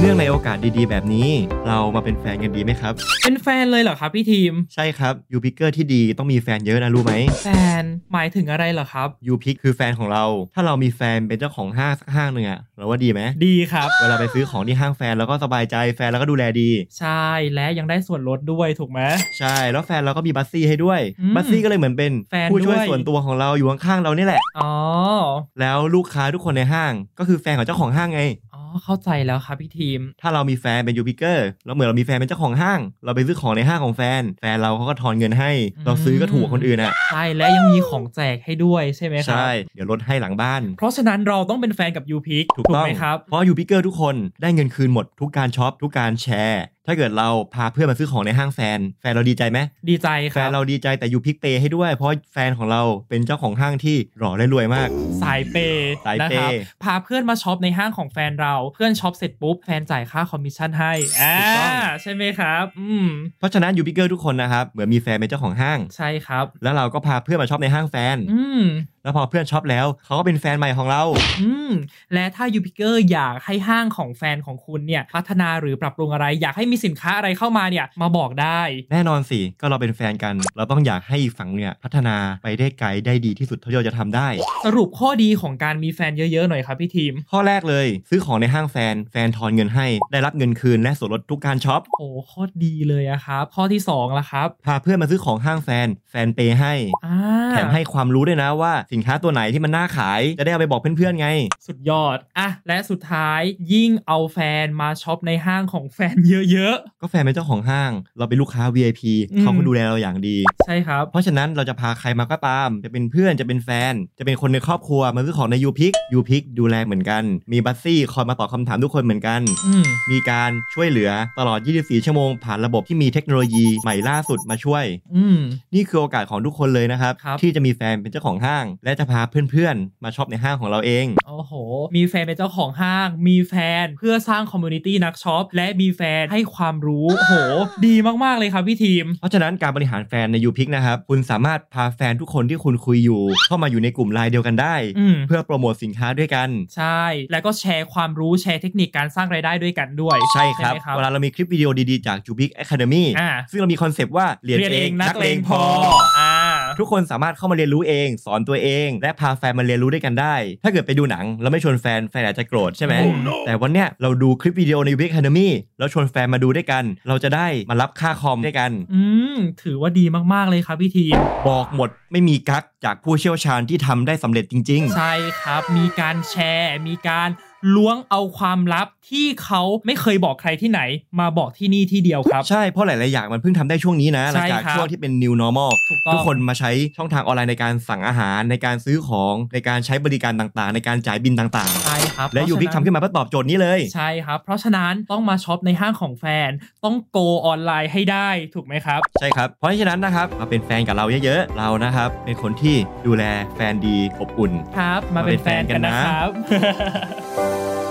เนื่องในโอกาสดีๆแบบนี้เรามาเป็นแฟนกันดีไหมครับเป็นแฟนเลยเหรอครับพี่ทีมใช่ครับยูพิกเกอร์ที่ดีต้องมีแฟนเยอะนะรู้ไหมแฟนหมายถึงอะไรเหรอครับยูพิกคือแฟนของเราถ้าเรามีแฟนเป็นเจ้าของห้างสักห้างหนึ่งอะเราว่าดีไหมดีครับเวลาไปซื้อของที่ห้างแฟนเราก็สบายใจแฟนเราก็ดูแลดีใช่และยังได้ส่วนลดด้วยถูกไหมใช่แล้วแฟนเราก็มีบัสซี่ให้ด้วยบัสซี่ก็เลยเหมือนเป็นผู้ช่วยส่วนตัวของเราอยู่ข้างๆเรานี่แหละอ๋อแล้วลูกค้าทุกคนในห้างก็คือแฟนของเจ้าของห้างไงเข้าใจแล้วครับพี่ทีมถ้าเรามีแฟนเป็นยูพิกเกอร์แล้วเหมือนเรามีแฟนเป็นเจ้าของห้างเราไปซื้อของในห้างของแฟนเราเขาก็ทอนเงินให้เราซื้อก็ถูกคนอื่นอ่ะใช่และยังมีของแจกให้ด้วยใช่ไหมครับใช่เดี๋ยวลดให้หลังบ้านเพราะฉะนั้นเราต้องเป็นแฟนกับยูพิกถูกต้องไหมครับเพราะยูพิกเกอร์ทุกคนได้เงินคืนหมดทุกการช็อปทุกการแชร์ถ้าเกิดเราพาเพื่อนมาซื้อของในห้างแฟนเราดีใจไหมดีใจครับแฟนเราดีใจแต่ยูพิกเปย์ให้ด้วยเพราะแฟนของเราเป็นเจ้าของห้างที่หล่อและรวยมากสายเปย์นะครับพาเพื่อนมาช็อปในห้างของแฟนเราเพื่อนช็อปเสร็จปุ๊บแฟนจ่ายค่าคอมมิชชั่นให้ใช่ไหมครับเพราะฉะนั้นยูพิกเกอร์ทุกคนนะครับเหมือนมีแฟนเป็นเจ้าของห้างใช่ครับแล้วเราก็พาเพื่อนมาช็อปในห้างแฟนแล้วพอเพื่อนช็อปแล้วเขาก็เป็นแฟนใหม่ของเราและถ้ายูพิกเกอร์อยากให้ห้างของแฟนของคุณเนี่ยพัฒนาหรือปรับปรุงอะไรอยากให้มีสินค้าอะไรเข้ามาเนี่ยมาบอกได้แน่นอนสิก็เราเป็นแฟนกันเราต้องอยากให้อีกฝั่งเนี่ยพัฒนาไปได้ไกลได้ดีที่สุดเท่าที่เราจะทำได้สรุปข้อดีของการมีแฟนเยอะๆหน่อยครับพี่ทีมข้อแรกเลยซื้อของในห้างแฟนทอนเงินให้ได้รับเงินคืนและส่วนลดทุกการช็อปโอ้โคตรดีเลยอะครับข้อที่2ล่ะครับพาเพื่อนมาซื้อของห้างแฟนเปย์ให้แถมให้ความรู้ด้วยนะว่าสินค้าตัวไหนที่มันน่าขายจะได้เอาไปบอกเพื่อนๆไงสุดยอดอ่ะและสุดท้ายยิ่งเอาแฟนมาช็อปในห้างของแฟนเยอะๆก็แฟนเป็นเจ้าของห้างเราเป็นลูกค้า VIP เขาก็ดูแลเราอย่างดีใช่ครับเพราะฉะนั้นเราจะพาใครมาก็ตามจะเป็นเพื่อนจะเป็นแฟนจะเป็นคนในครอบครัวมาซื้อของในยูพิกดูแลเหมือนกันมีบัสซี่คอยมาตอบคำถามทุกคนเหมือนกันมีการช่วยเหลือตลอด24ชั่วโมงผ่านระบบที่มีเทคโนโลยีใหม่ล่าสุดมาช่วยนี่คือโอกาสของทุกคนเลยนะครับที่จะมีแฟนเป็นเจ้าของห้างและจะพาเพื่อนๆมาช็อปในห้างของเราเองโอ้โหมีแฟนเป็นเจ้าของห้างมีแฟนเพื่อสร้างคอมมูนิตี้นักช็อปและมีแฟนให้ความรู้โอ้โหดีมากๆเลยครับพี่ทีมเพราะฉะนั้นการบริหารแฟนในยูพิกนะครับคุณสามารถพาแฟนทุกคนที่คุณคุยอยู่เข้ามาอยู่ในกลุ่มไลน์เดียวกันได้เพื่อโปรโมทสินค้าด้วยกันใช่แล้วก็แชร์ความรู้แชร์เทคนิคการสร้างรายได้ด้วยกันด้วยใช่ครับเวลาเรามีคลิปวิดีโอดีๆจากยูพิก Academy ซึ่งเรามีคอนเซปต์ว่าเรียนเองนักเลงพอทุกคนสามารถเข้ามาเรียนรู้เองสอนตัวเองและพาแฟนมาเรียนรู้ด้วยกันได้ถ้าเกิดไปดูหนังแล้วไม่ชวนแฟนอาจจะโกรธใช่ไหม แต่วันเนี้ยเราดูคลิปวิดีโอใน Week Academy แล้วชวนแฟนมาดูด้วยกันเราจะได้มารับค่าคอมด้วยกันถือว่าดีมากๆเลยครับพี่ทีมบอกหมดไม่มีกั๊กจากผู้เชี่ยวชาญที่ทำได้สำเร็จจริงๆใช่ครับมีการแชร์มีการล้วงเอาความลับที่เขาไม่เคยบอกใครที่ไหนมาบอกที่นี่ที่เดียวครับใช่เพราะหลายๆอย่างมันเพิ่งทำได้ช่วงนี้นะหลังจากช่วงที่เป็น New Normal ทุกคนมาใช้ช่องทางออนไลน์ในการสั่งอาหารในการซื้อของในการใช้บริการต่างๆในการจ่ายบินต่างๆใช่ครับและยูพิกทำขึ้นมาเพื่อตอบโจทย์นี้เลยใช่ครับเพราะฉะนั้นต้องมาช็อปในห้างของแฟนต้องโกออนไลน์ให้ได้ถูกไหมครับใช่ครับเพราะฉะนั้นนะครับมาเป็นแฟนกับเราเยอะๆเรานะครับเป็นคนที่ดูแลแฟนดีอบอุ่นครับมาเป็นแฟนกันนะครับ